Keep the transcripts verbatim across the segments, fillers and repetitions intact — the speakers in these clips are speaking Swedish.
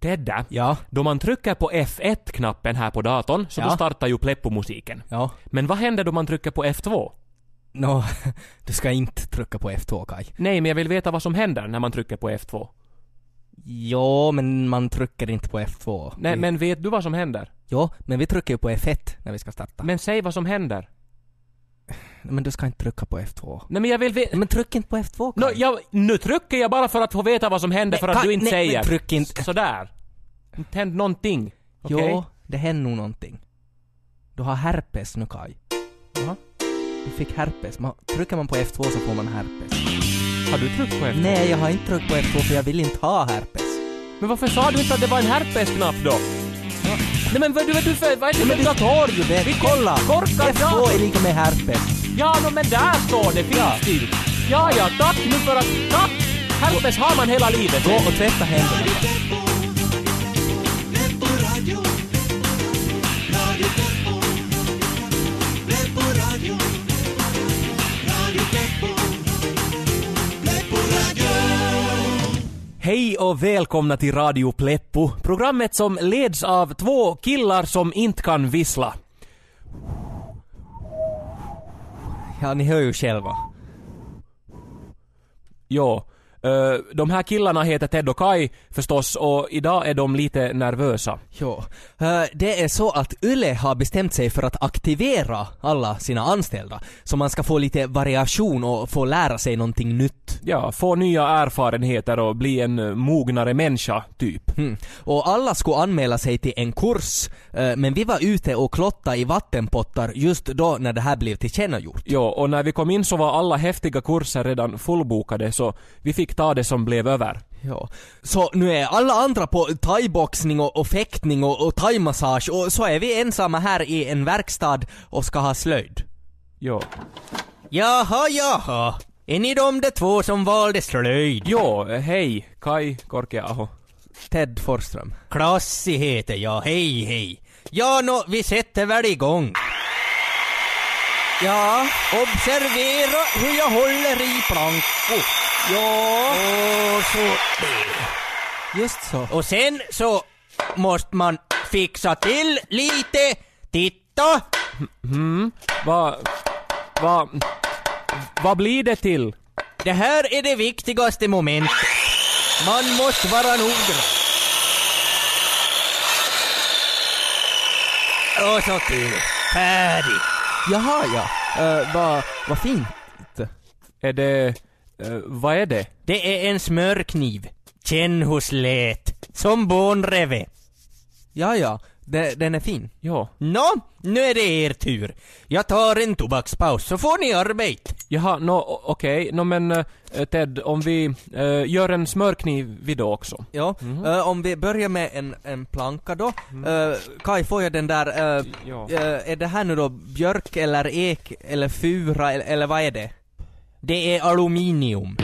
Tedda, Ja. då man trycker på F ett-knappen här på datorn så Ja. då startar ju Pleppo-musiken. Ja. Men vad händer då man trycker på F två? Nå, du ska inte trycka på F två, Kai. Nej, men jag vill veta vad som händer när man trycker på F två. Jo, men man trycker inte på F två. Nej, vi... men vet du vad som händer? Jo, men vi trycker ju på F ett när vi ska starta. Men säg vad som händer. Men du ska inte trycka på F två. Nej, men jag vill veta... Men tryck inte på F två, Kai. No, jag, nu trycker jag bara för att få veta vad som händer Nej, för att Kai, du inte nej, säger. men tryck inte. S- Sådär. Inte händer någonting. Okej? Jo, det händer nog någonting. Du har herpes nu, Kai. Jaha. Du fick herpes. Man, trycker man på F två så får man herpes. Har du tryckt på F två? Nej, jag har inte tryckt på F två för jag vill inte ha herpes. Men varför sa du inte att det var en herpesknapp då? Ja. Nej, men vad du, vad du för... Vad är det Men för det dator? står ju det. Vilken Kolla! korkad F två dator? är lika med herpes. Ja, no, men där står det. Finns Ja. det. Ja, ja, tack nu för att... Tack! Herpes har man hela livet. Gå och tvätta händerna. Hej och välkomna till Radio Pleppo, programmet som leds av två killar som inte kan vissla. Ja, ni hör ju själva. Jo, uh, de här killarna heter Ted och Kai förstås och idag är de lite nervösa. Jo. Uh, det är så att Yle har bestämt sig för att aktivera alla sina anställda. Så man ska få lite variation och få lära sig någonting nytt. Ja, få nya erfarenheter och bli en mognare människa, typ. Mm. Och alla skulle anmäla sig till en kurs. Uh, men vi var ute och klotta i vattenpottar just då när det här blev tillkännagjort. Jo, och när vi kom in så var alla häftiga kurser redan fullbokade så vi fick ta det som blev över. Ja. Så nu är alla andra på thaiboxning och, och fäktning och, och thaimassage och så är vi ensamma här i en verkstad och ska ha slöjd. Jo. Jaha, jaha. Är ni de där två som valde slöjd? Jo, hej, Kai Korkeaho. Ted Forsström. Klassi heter jag, hej hej. Ja, nå, vi sätter väl igång. Ja, observera hur jag håller i planko. Ja, och så det. Just så. Och sen så måste man fixa till lite. Titta. Mm, vad... Vad... Vad blir det till? Det här är det viktigaste momentet. Man måste vara noggrann. Och så till. Färdig. Jaha, ja. Uh, vad va fint. Är det... Uh, vad är det? Det är en smörkniv. Känn hur slät. Som bonreve. Ja, ja. Det, den är fin. Jo. Nå, nu är det er tur. Jag tar en tobakspaus så får ni arbete. Jaha, no, okej. Okay. No, men uh, Ted, om vi uh, gör en smörkniv vid då också. Ja, Mm. uh, om vi börjar med en, en planka då. Uh, Kai, får jag den där... Uh, Ja. uh, är det här nu då björk eller ek eller fura eller, eller vad är det? Det är aluminium.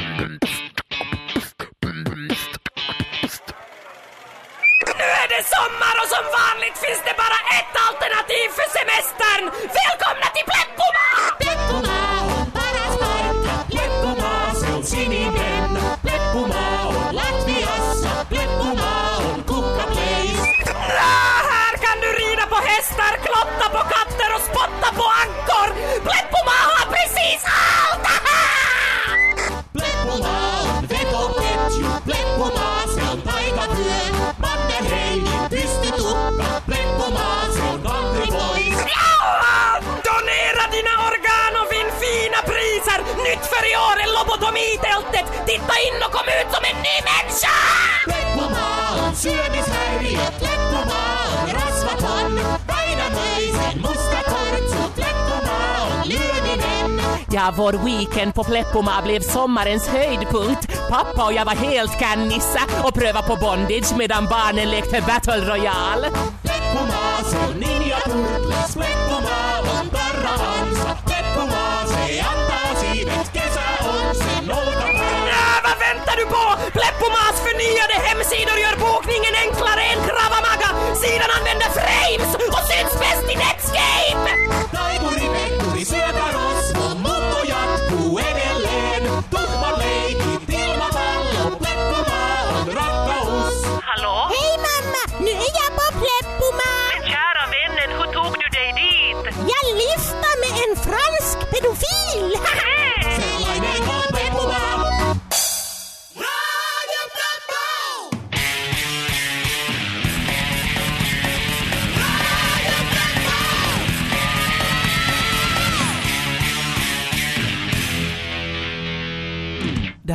Nu är det sommar och som vanligt finns det bara ett alternativ för semestern. Välkomna till Pleppoma! Pleppoma on paras paikka. Pleppoma se on sininen. Pleppoma on Latviassa. Pleppoma on kukkaplace. Här kan du rida på hästar, klotta på katter och spotta på ankor. Pleppoma har precis allt! Pleppoma on vetoketju. Pleppoma se on taikatyö. Mannerheimin pystytukka, Pleppomaa se on aldrig pois. Donera dina organ och vinn fina priser. Nytt för i år är lobotomitältet. Titta in och kom ut som en ny människa! Pleppomaa on syömishäiriö. Pleppomaa on rasvaton. Väinämöisen musta kortsu. Pleppomaa on lyöminen. Ja, vår weekend på Pleppoma blev sommarens höjdpunkt. Pappa och jag var helt kannissa och prövade på bondage medan barnen lekte Battle Royale. Pleppoma se on Ninja Turtles. Pleppoma on Tarra Hansa. Pleppoma se antaa siivet. Kesä on sen noutapäivä. Ja, vad väntar du på? Pleppomas förnyade hemsidor gör bokningen enklare än Krava Maga. Sidan använder frames och syns bäst i Netscape. Taikuri Pekkuri syötä rosvo. Mutto jatkuu edelleen. Tuhma leikit ilmapallo. Pleppoma on rakkaus. Hallå? Hej mamma!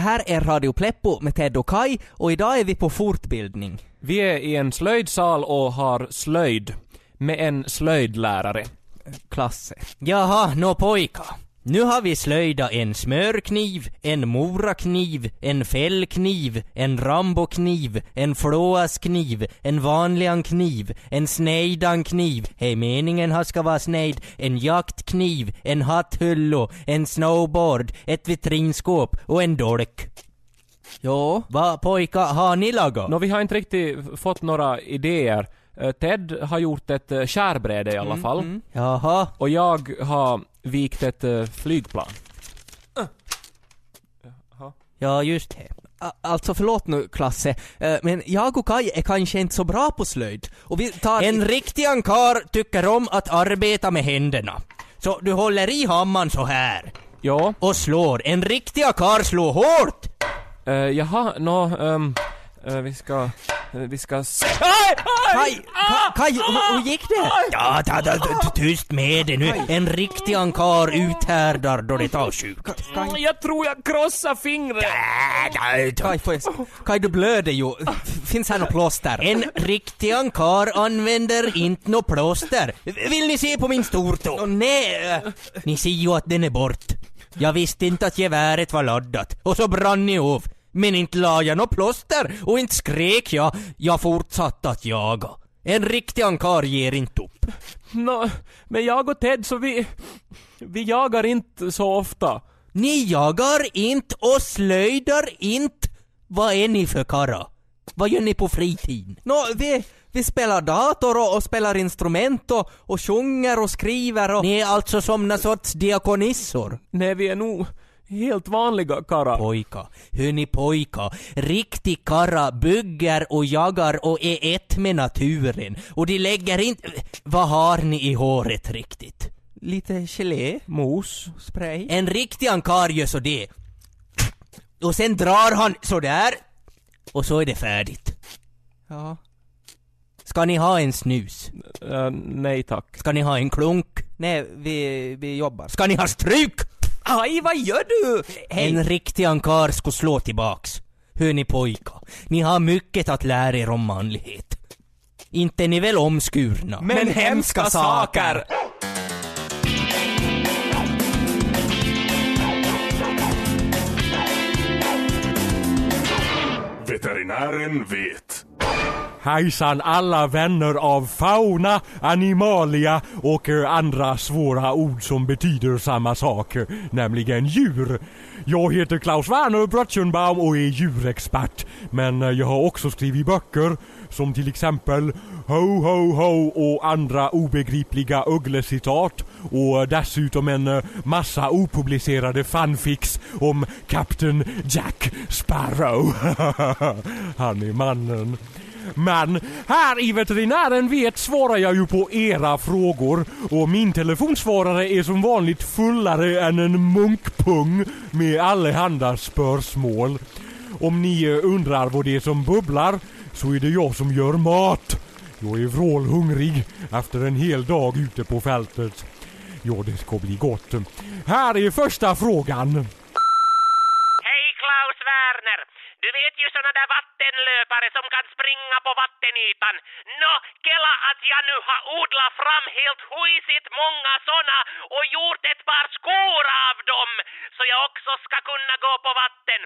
här är Radio Pleppo med Ted och Kai och idag är vi på fortbildning. Vi är i en slöjdsal och har slöjd med en slöjdlärare. Klasse. Jaha, nå pojka. Nu har vi slöjda en smörkniv, en morakniv, en fällkniv, en rambokniv, en flåaskniv, en vanligan kniv, en snejdan kniv, hej meningen har ska vara snejd, en jaktkniv, en hatthullo, en snowboard, ett vitrinskåp och en dolk. Ja, vad pojka har ni lagat? Nå, vi har inte riktigt fått några idéer. Ted har gjort ett skärbräde i alla Mm, fall. mm. Jaha. Och jag har vikt ett uh, flygplan. Uh. Jaha. Ja, just det. A- Alltså förlåt nu klasse, eh, men jag och Kai är kanske inte så bra på slöjd. Och vi tar... En riktig ankar tycker om att arbeta med händerna. Så du håller i hammaren så här. Ja. Och slår. En riktig ankar slår hårt. Uh, jaha, nå... Um, uh, vi ska... Uh, vi ska... s- Kai, Ka- Kai, hur- hur gick det? Ja, ta, ta, ta, tyst med det nu. En riktig ankar uthärdar då det tar sjukt. Mm, jag tror jag krossar fingret. Kai, får jag... Kai, du blöder ju. Finns här något plåster? En riktig ankar använder inte något plåster. Vill ni se på min stortå? Oh, nej. Ni ser ju att den är bort. Jag visste inte att geväret var laddat. Och så brann ni av. Men inte la jag något plåster. Och inte skrek jag. Jag fortsatte att jaga. En riktig ankar ger inte upp. Nå, men jag och Ted så vi... Vi jagar inte så ofta. Ni jagar inte och slöjdar inte. Vad är ni för karra? Vad gör ni på fritiden? Nå, vi, vi spelar dator och, och spelar instrument och, och sjunger och skriver och... Ni är alltså som någon sorts diakonissor. Nej, vi är nog helt vanliga karra. Pojka, hör ni pojka? Riktig karra bygger och jagar och är ett med naturen. Och de lägger inte... Vad har ni i håret riktigt? Lite gelé, Mos. spray. En riktig ankar gör så det. Och sen drar han så där. Och så är det färdigt. Ja. Ska ni ha en snus? Uh, nej tack. Ska ni ha en klunk? Nej, vi, vi jobbar. Ska ni ha stryk? Aj, vad gör du? Hej. En riktig ankar ska slå tillbaks. Hör ni pojka, ni har mycket att lära er om manlighet. Inte är ni väl omskurna? Men, Men hemska saker! Veterinären vet. Hejsan alla vänner av fauna, animalia och eh, andra svåra ord som betyder samma sak, nämligen djur. Jag heter Klaus Werner Brötchenbaum och är djurexpert, men eh, jag har också skrivit böcker som till exempel Ho Ho Ho och andra obegripliga ugglecitat och dessutom en eh, massa opublicerade fanfics om Captain Jack Sparrow. Han är mannen. Men här i Veterinären vet svarar jag ju på era frågor och min telefonsvarare är som vanligt fullare än en munkpung med allehanda spörsmål. Om ni undrar vad det är som bubblar så är det jag som gör mat. Jag är vrålhungrig efter en hel dag ute på fältet. Ja, det ska bli gott. Här är första frågan. Hej Klaus Werner! Du vet ju såna där vattenlöpare som kan springa på vattenytan. Nå, kela att jag nu har odlat fram helt huisigt många såna och gjort ett par skor av dem så jag också ska kunna gå på vatten.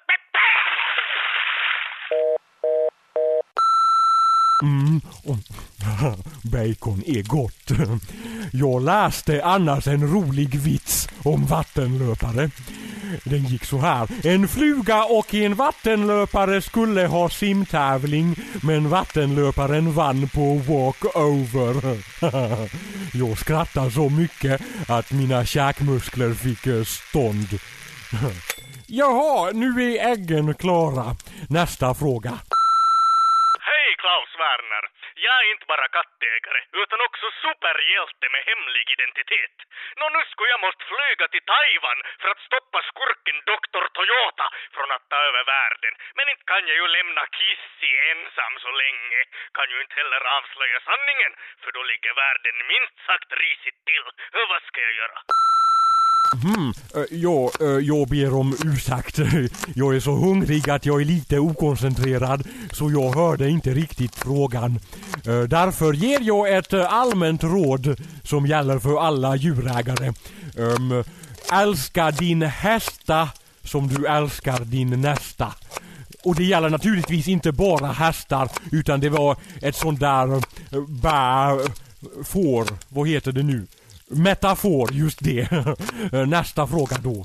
Mm, och bacon är gott. Jag läste annars en rolig vits om vattenlöpare. Den gick så här. En fluga och en vattenlöpare skulle ha simtävling, men vattenlöparen vann på walkover. Jag skrattar så mycket att mina käkmuskler fick stånd. Jaha, nu är äggen klara. Nästa fråga. Hej Klaus Werner. Jag är inte bara kattägare utan också superhjälte med hemlig identitet. Nå nu skulle jag måste flyga till Taiwan för att stoppa skurken doktor Toyota från att ta över världen. Men inte kan jag ju lämna Kissy ensam så länge. Kan ju inte heller avslöja sanningen för då ligger världen minst sagt risigt till. Vad ska jag göra? Mm, ja, jag ber om ursäkt. Jag är så hungrig att jag är lite okoncentrerad, så jag hörde inte riktigt frågan. Därför ger jag ett allmänt råd som gäller för alla djurägare. Um, älska din hästa som du älskar din nästa. Och det gäller naturligtvis inte bara hästar, utan det var ett sånt där bä får, vad heter det nu? Metafor, just det. Nästa fråga då.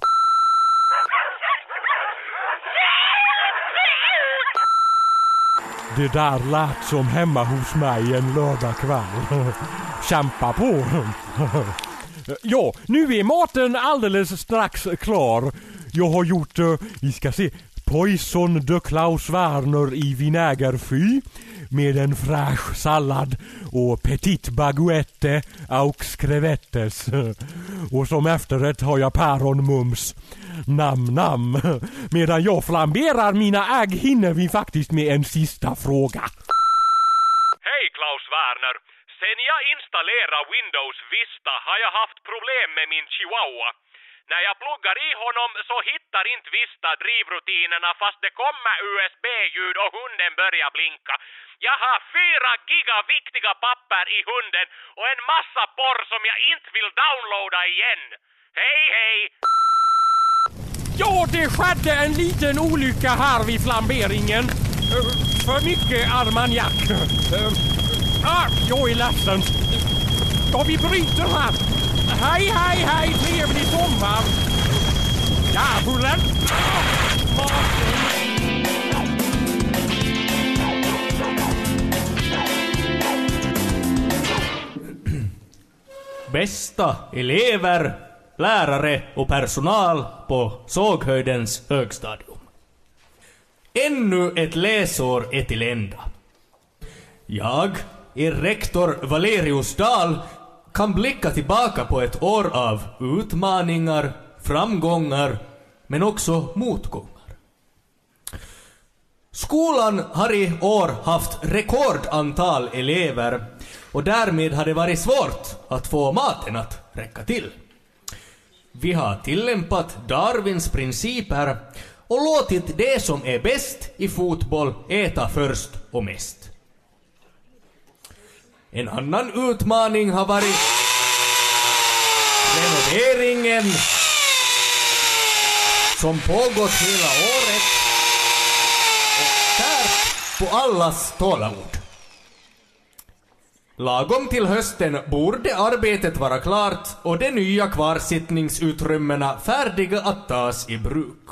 Det där lät som hemma hos mig en lördagkväll. Kämpa på. Ja, nu är maten alldeles strax klar. Jag har gjort, uh, vi ska se, Poisson de Klaus Werner i vinägerfy med en fräsch sallad och petit baguette aux crevettes. Och som efterrätt har jag päronmums. Nam nam. Medan jag flamberar mina ägg hinner vi faktiskt med en sista fråga. Hej Klaus Werner. Sen jag installerade Windows Vista har jag haft problem med min chihuahua. När jag pluggar i honom så hittar inte Vista drivrutinerna fast det kommer U S B-ljud och hunden börjar blinka. Jag har fyra giga viktiga papper i hunden och en massa porr som jag inte vill downloada igen. Hej hej! Ja, det skedde en liten olycka här vid flamberingen. Uh, för mycket armagnac. Uh, ah, jag är ledsen. Ja, vi bryter här. Hej, hej, hej, trevlig sommar. Djävulen. Bästa elever, lärare och personal på Såghöjdens högstadium. Ännu ett läsår är till ända. Jag, er rektor Valerius Dahl, kan blicka tillbaka på ett år av utmaningar, framgångar, men också motgångar. Skolan har i år haft rekordantal elever och därmed har det varit svårt att få maten att räcka till. Vi har tillämpat Darwins principer och låtit det som är bäst i fotboll äta först och mest. En annan utmaning har varit renoveringen som pågått hela året och tärt på allas tålamod. Lagom till hösten borde arbetet vara klart och de nya kvarsittningsutrymmena färdiga att tas i bruk.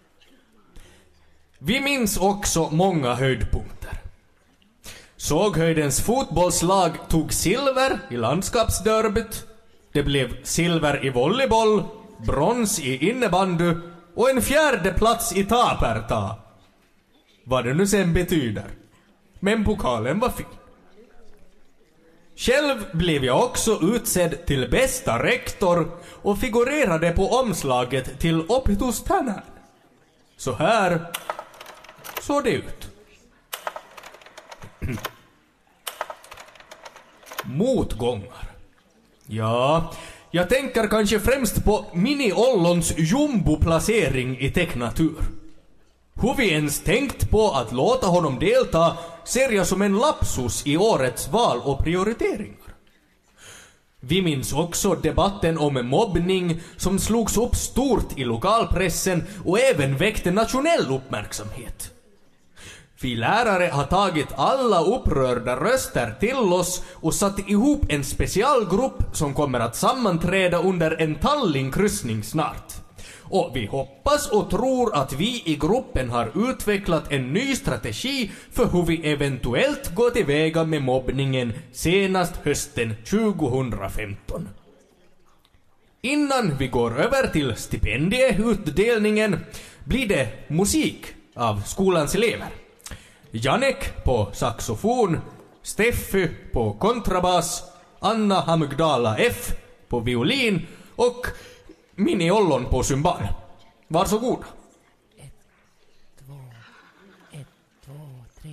Vi minns också många höjdpunkter. Såghöjdens fotbollslag tog silver i landskapsderbyt. Det blev silver i volleyboll, brons i innebandy och en fjärde plats i taperta. Vad det nu sen betyder. Men pokalen var fin. Själv blev jag också utsedd till bästa rektor och figurerade på omslaget till Optus Tänään. Så här såg det ut. Motgångar. Ja, jag tänker kanske främst på Mini-Ollons jumbo-placering i tecknatur. Hur vi ens tänkt på att låta honom delta ser jag som en lapsus i årets val och prioriteringar. Vi minns också debatten om mobbning som slogs upp stort i lokalpressen och även väckte nationell uppmärksamhet. Vi lärare har tagit alla upprörda röster till oss och satt ihop en specialgrupp som kommer att sammanträda under en Tallinn-kryssning snart. Och vi hoppas och tror att vi i gruppen har utvecklat en ny strategi för hur vi eventuellt går tillväga med mobbningen senast hösten tjugohundrafemton. Innan vi går över till stipendieutdelningen blir det musik av skolans elever. Janek på saxofon, Steffy på kontrabas, Anna Hamgdala F på violin och Mini-Ollon på cymbal. Varsågod. Ett, två, ett, två, tre.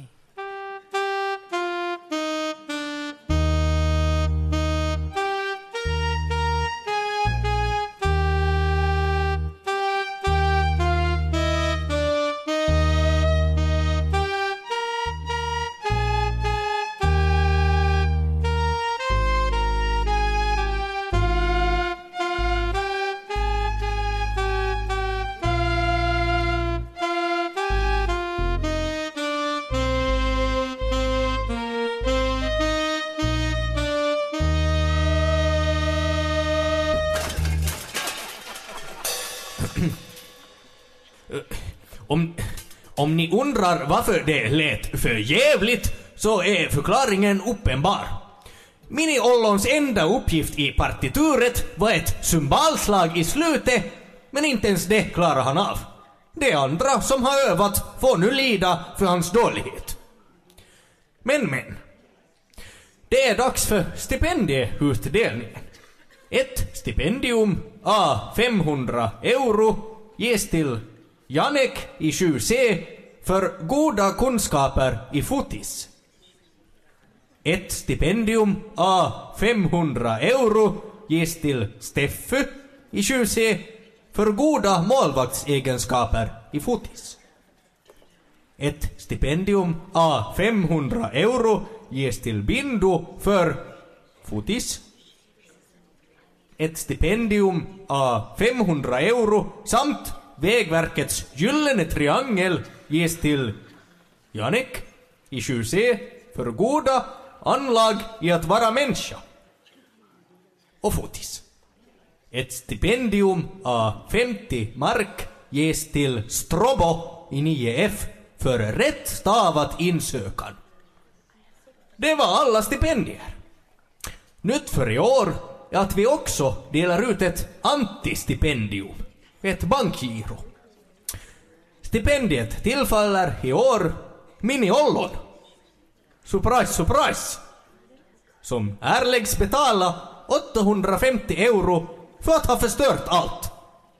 Om ni undrar varför det lät för jävligt så är förklaringen uppenbar. Mini-Ollons enda uppgift i partituret var ett cymbalslag i slutet, men inte ens det klarar han av. De andra som har övat får nu lida för hans dålighet. Men men. Det är dags för stipendieutdelningen. Ett stipendium A femhundra euro ges till Janek i sju C för goda kunskaper i fotis. Ett stipendium A femhundra euro ges till Steffe i sju C för goda målvaktsegenskaper i fotis. Ett stipendium A femhundra euro ges till Bindu för fotis. Ett stipendium A femhundra euro samt Vägverkets gyllene triangel ges till Janek i sju C för goda anlag i att vara människa och fotis. Ett stipendium A femtio mark ges till Strobo i nio F för rätt stavat insökan. Det var alla stipendier. Nytt för i år är att vi också delar ut ett antistipendium, ett bankgiro. Stipendiet tillfaller i år Mini-Ollon. Surprise, surprise! Som ärläggs betala åttahundrafemtio euro för att ha förstört allt.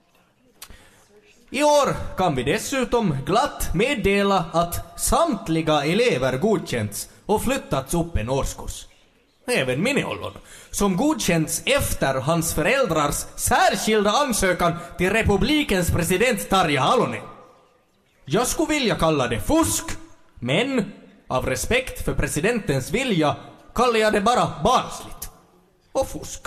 I år kan vi dessutom glatt meddela att samtliga elever godkänts och flyttats upp en årskurs. Även Mini-Ollon, som godkänts efter hans föräldrars särskilda ansökan till republikens president Tarja Halonen. Jag skulle vilja kalla det fusk, men av respekt för presidentens vilja kallar jag det bara barnsligt. Och fusk.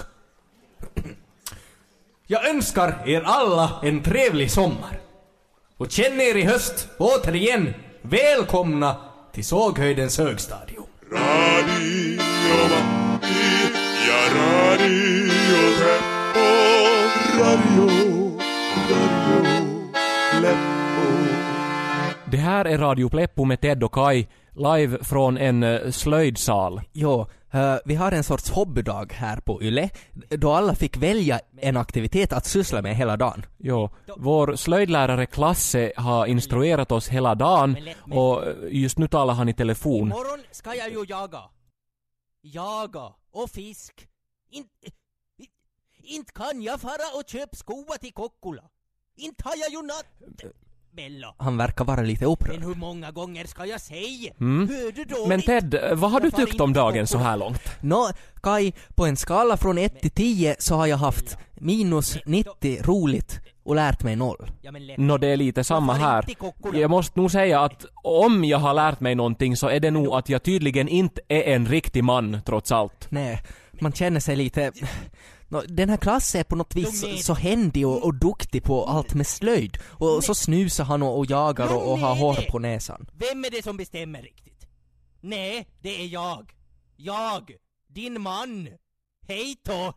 Jag önskar er alla en trevlig sommar. Och känn er i höst återigen välkomna till Såghöjdens högstadium. Radio Matti ja Radio Pleppo, Radio, Radio Pleppo. Det här är Radio Pleppo med Ted och Kai, live från en uh, slöjdsal. Jo, uh, vi har en sorts hobbydag här på Yle, då alla fick välja en aktivitet att syssla med hela dagen. Jo, vår slöjdlärare Klasse har instruerat oss hela dagen och just nu talar han i telefon. Imorgon ska jag ju jaga. Jaga och fisk. Inte inte kan jag fara och köpa skova till Kokkola. Inte har jag ju natt. Bella. Han verkar vara lite upprörd. Men hur många gånger ska jag säga? Mm. Men Ted, vad har du tyckt om dagen så här långt? Nå, Kai, på en skala från ett till tio så har jag haft minus nittio roligt och lärt mig noll. Nå, det är lite samma här. Jag måste nog säga att om jag har lärt mig någonting så är det nog att jag tydligen inte är en riktig man trots allt. Nej, man känner sig lite... No, den här klassen är på något vis så, så händig och, och duktig på allt med slöjd. Och Nej. Så snusar han och, och jagar och, och har hår på näsan. Vem är det som bestämmer riktigt? Nej, det är jag. Jag, din man. Hej då.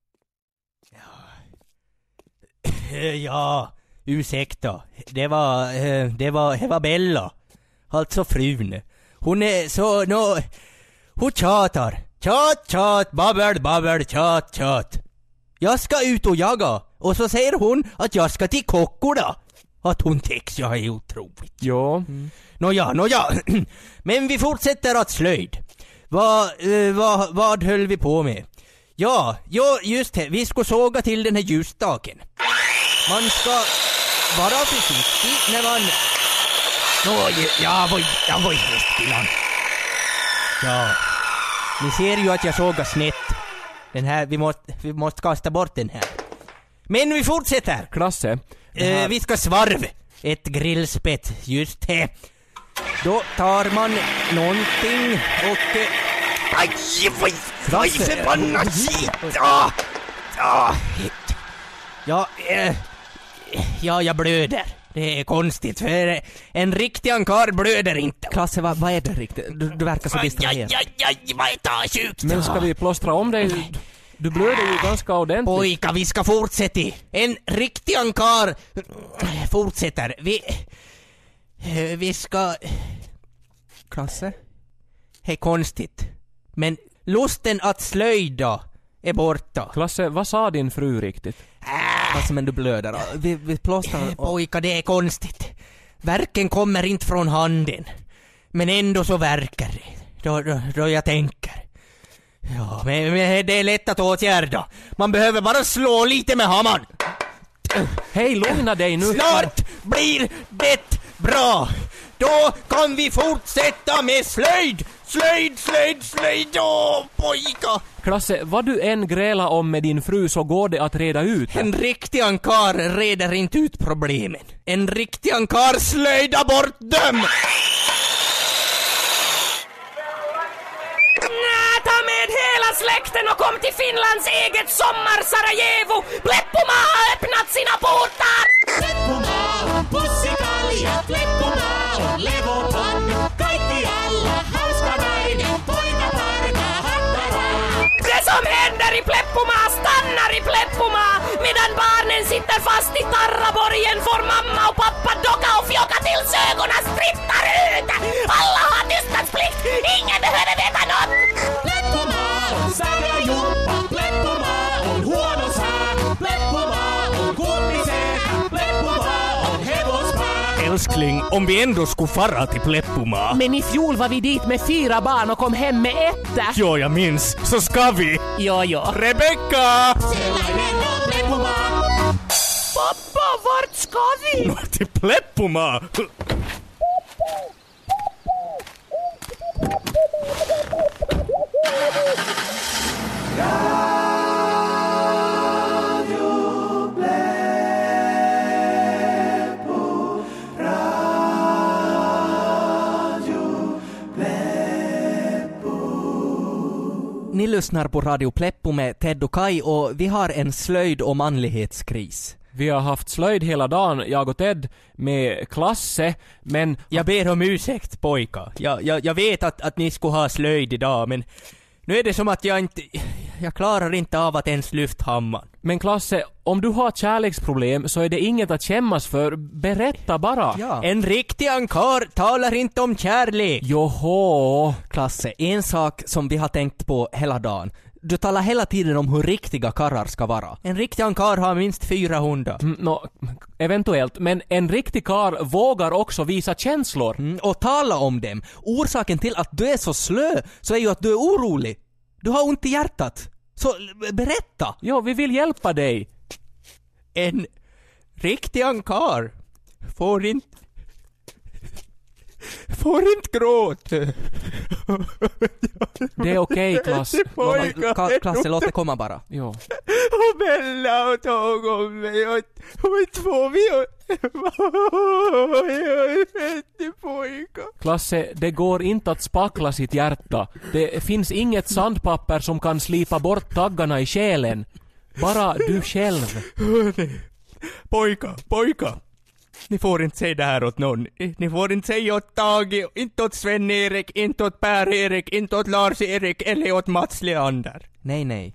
Ja, ja ursäkta. Det var, det var, det var Bella. Alltså frun. Hon är så, no, hon tjatar. Tjat, tjat, babbel, babbel, tjat, tjat. Jag ska ut och jaga. Och så säger hon att jag ska till Kokkola. Att hon täcks, jag är otroligt. Ja. Mm. Nåja, nåja. Men vi fortsätter att slöjd. Vad, eh, vad, vad höll vi på med? Ja, ja, just det. Vi ska såga till den här ljusstaken. Man ska vara försiktig när man... Nå, jag var, jag var i hästbilan. Ja. Ni ser ju att jag sågar snett. Den här, vi måste, vi måste kasta bort den här. Men vi fortsätter. Klasse. Eh, vi ska svarv. Ett grillspett, just det. Då tar man någonting och... Eh, aj, vad vad förbannat shit! Ah, ah, ja, eh, ja, jag blöder. Det är konstigt, för en riktig ankar blöder inte. Klasse, vad, vad är det riktigt? Du, du verkar så distraherad. Ja, ja, ja, vad är det sjukt? Men ska vi plåstra om dig? Du blöder ju ganska ordentligt. Pojka, vi ska fortsätta. En riktig ankar fortsätter. Vi... Eh, Vi ska... Klasse? Det är konstigt. Men lusten att slöjda är borta. Klasse, vad sa din fru riktigt? Klasse, men du blöder. Vi, vi plåstrar... Eh, Pojka, det är konstigt. Verken kommer inte från handen. Men ändå så verkar det. Då, då, då jag tänker. Ja, men, men det är lätt att åtgärda. Man behöver bara slå lite med hammaren. Hej, lugna dig nu. Snart blir det bra. Då kan vi fortsätta med slöjd. Slöjd, slöjd, slöjd. Åh, pojka. Klasse, vad du än grälar om med din fru så går det att reda ut. En riktig ankar reder inte ut problemen. En riktig ankar slöjdar bort dem. Ta med hela släkten och kom till Finlands eget sommar Sarajevo. Pleppoma har öppnat sina portar. Pleppoma on pussikalja, Pleppoma on levoton. Kaikki alla hauska nainen, poika parka hattara. Det som händer i Pleppoma stannar i Pleppoma. Medan barnen sitter fast i Tarraborgen får mamma och pappa docka och fjocka tills ögonen strittar ut. Alla har tystnadsplikt, ingen behöver veta något. Pleppoma on säkra juppa, Pleppoma on huono sää. Pleppoma on kummiseetä, Pleppoma on hevospää. Älskling, om vi ändå skulle fara till Pleppoma. Men i fjol var vi dit med fyra barn och kom hem med etta. Jo, jag minns. Så ska vi. Jo, jo. Rebecka! Sellainen on Pleppoma. Pappa, vart ska vi? No, till Pleppoma! Ni lyssnar på Radio Pleppo med Ted och Kai och vi har en slöjd- och manlighetskris. Vi har haft slöjd hela dagen, jag och Ted, med Klasse, men... Jag ber om ursäkt, pojka. Jag, jag, jag vet att, att ni skulle ha slöjd idag, men nu är det som att jag inte... Jag klarar inte av att ens lyfta hammaren. Men Klasse, om du har kärleksproblem så är det inget att kämmas för. Berätta bara. Ja. En riktig ankar talar inte om kärlek. Joho. Klasse, en sak som vi har tänkt på hela dagen. Du talar hela tiden om hur riktiga karrar ska vara. En riktig ankar har minst fyra hundar. Mm, no, eventuellt, men en riktig kar vågar också visa känslor. Mm, och tala om dem. Orsaken till att du är så slö så är ju att du är orolig. Du har ont i hjärtat. Så berätta. Ja, vi vill hjälpa dig. En riktig ankar får inte... Får inte gråta. Det är okej, Klasse. Ka- Klasse, låt det komma bara. Jo. Och Bella och tog om mig och, och två vi och... pojka. Klasse, det går inte att spackla sitt hjärta. Det finns inget sandpapper som kan slipa bort taggarna i själen. Bara du själv. Pojka, pojka. Ni får inte säga det här åt någon. Ni får inte säga åt Tage, inte åt Sven-Erik, inte åt Per-Erik, inte åt Lars-Erik eller åt Mats Leander. Nej, nej.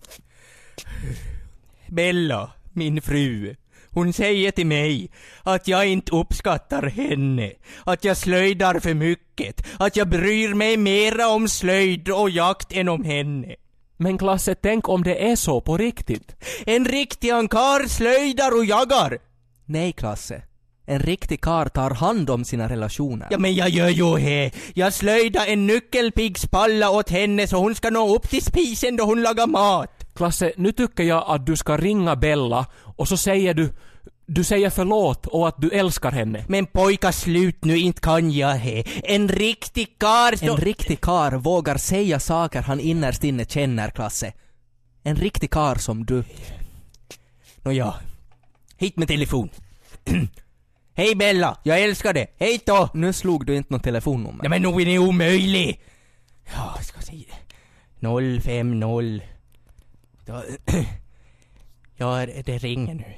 Bella, min fru, hon säger till mig att jag inte uppskattar henne, att jag slöjdar för mycket, att jag bryr mig mera om slöjd och jakt än om henne. Men Klasse, tänk om det är så på riktigt. En riktig ankar slöjdar och jagar. Nej, Klasse. En riktig karl tar hand om sina relationer. Ja, men jag gör ju det. Jag slöjdar en nyckelpiggspalla åt henne så hon ska nå upp till spisen då hon lagar mat. Klasse, nu tycker jag att du ska ringa Bella och så säger du... Du säger förlåt och att du älskar henne. Men pojka, slut nu, inte kan jag he. En riktig kar... En riktig kar vågar säga saker han innerst inne känner, Klasse. En riktig kar som du. Nåja, hit med telefon. Hej Bella, jag älskar det. Hej då. Nu slog du inte något telefonnummer. Ja, men nog är ni omöjlig. Ja, jag ska säga noll fem noll. Då... Ja, det ringer nu.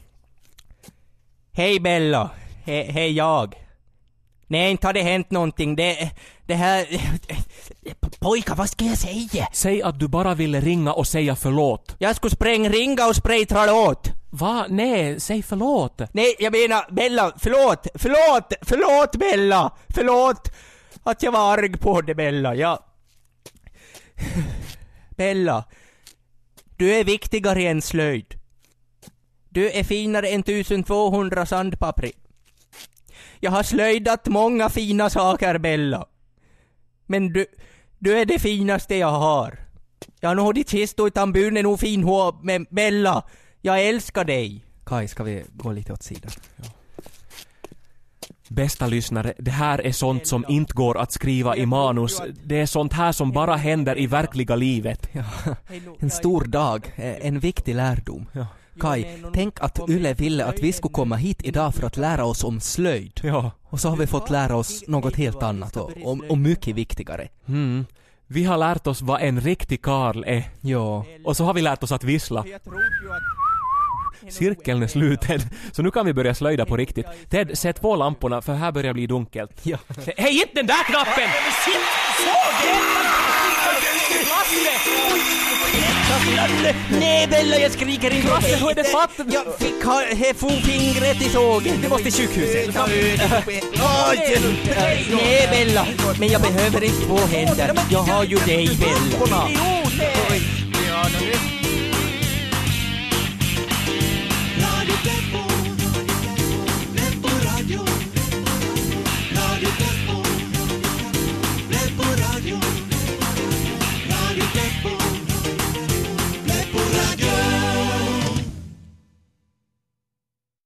Hej Bella. He- hej jag. Nej, inte har det hänt någonting. Det, det här... Pojka, vad ska jag säga? Säg att du bara ville ringa och säga förlåt. Jag skulle spräng ringa och spraytrala åt. Va? Nej, säg förlåt. Nej, jag menar, Bella, förlåt, förlåt, förlåt Bella, förlåt att jag var arg på det, Bella, ja. Bella, du är viktigare än slöjd. Du är finare än tusentvåhundra sandpapper. Jag har slöjdat många fina saker, Bella. Men du, du är det finaste jag har. Jag har ditt kisto utan bunen och fin hår, men Bella, jag älskar dig. Kai, ska vi gå lite åt sidan? Ja. Bästa lyssnare, det här är sånt som inte går att skriva i manus. Det är sånt här som bara händer i verkliga livet. Ja. En stor dag, en viktig lärdom. Ja. Kai, tänk att Yle ville att vi skulle komma hit idag för att lära oss om slöjd. Ja. Och så har vi fått lära oss något helt annat och, och, och mycket viktigare. Mm. Vi har lärt oss vad en riktig karl är. Ja. Och så har vi lärt oss att vissla. Cirkeln är sluten, så nu kan vi börja slöjda på riktigt. Ted, sätt på lamporna för här börjar bli dunkelt. Ja. Hej, hit den där knappen! Nej, Bella, jag skriker inte. Lasse, hur är det fatt? Jag fick ha fingret i sågen. Du måste till sjukhuset. Nej, Bella, men jag behöver inte två händer. Jag har ju dig, Bella. Jo, nej.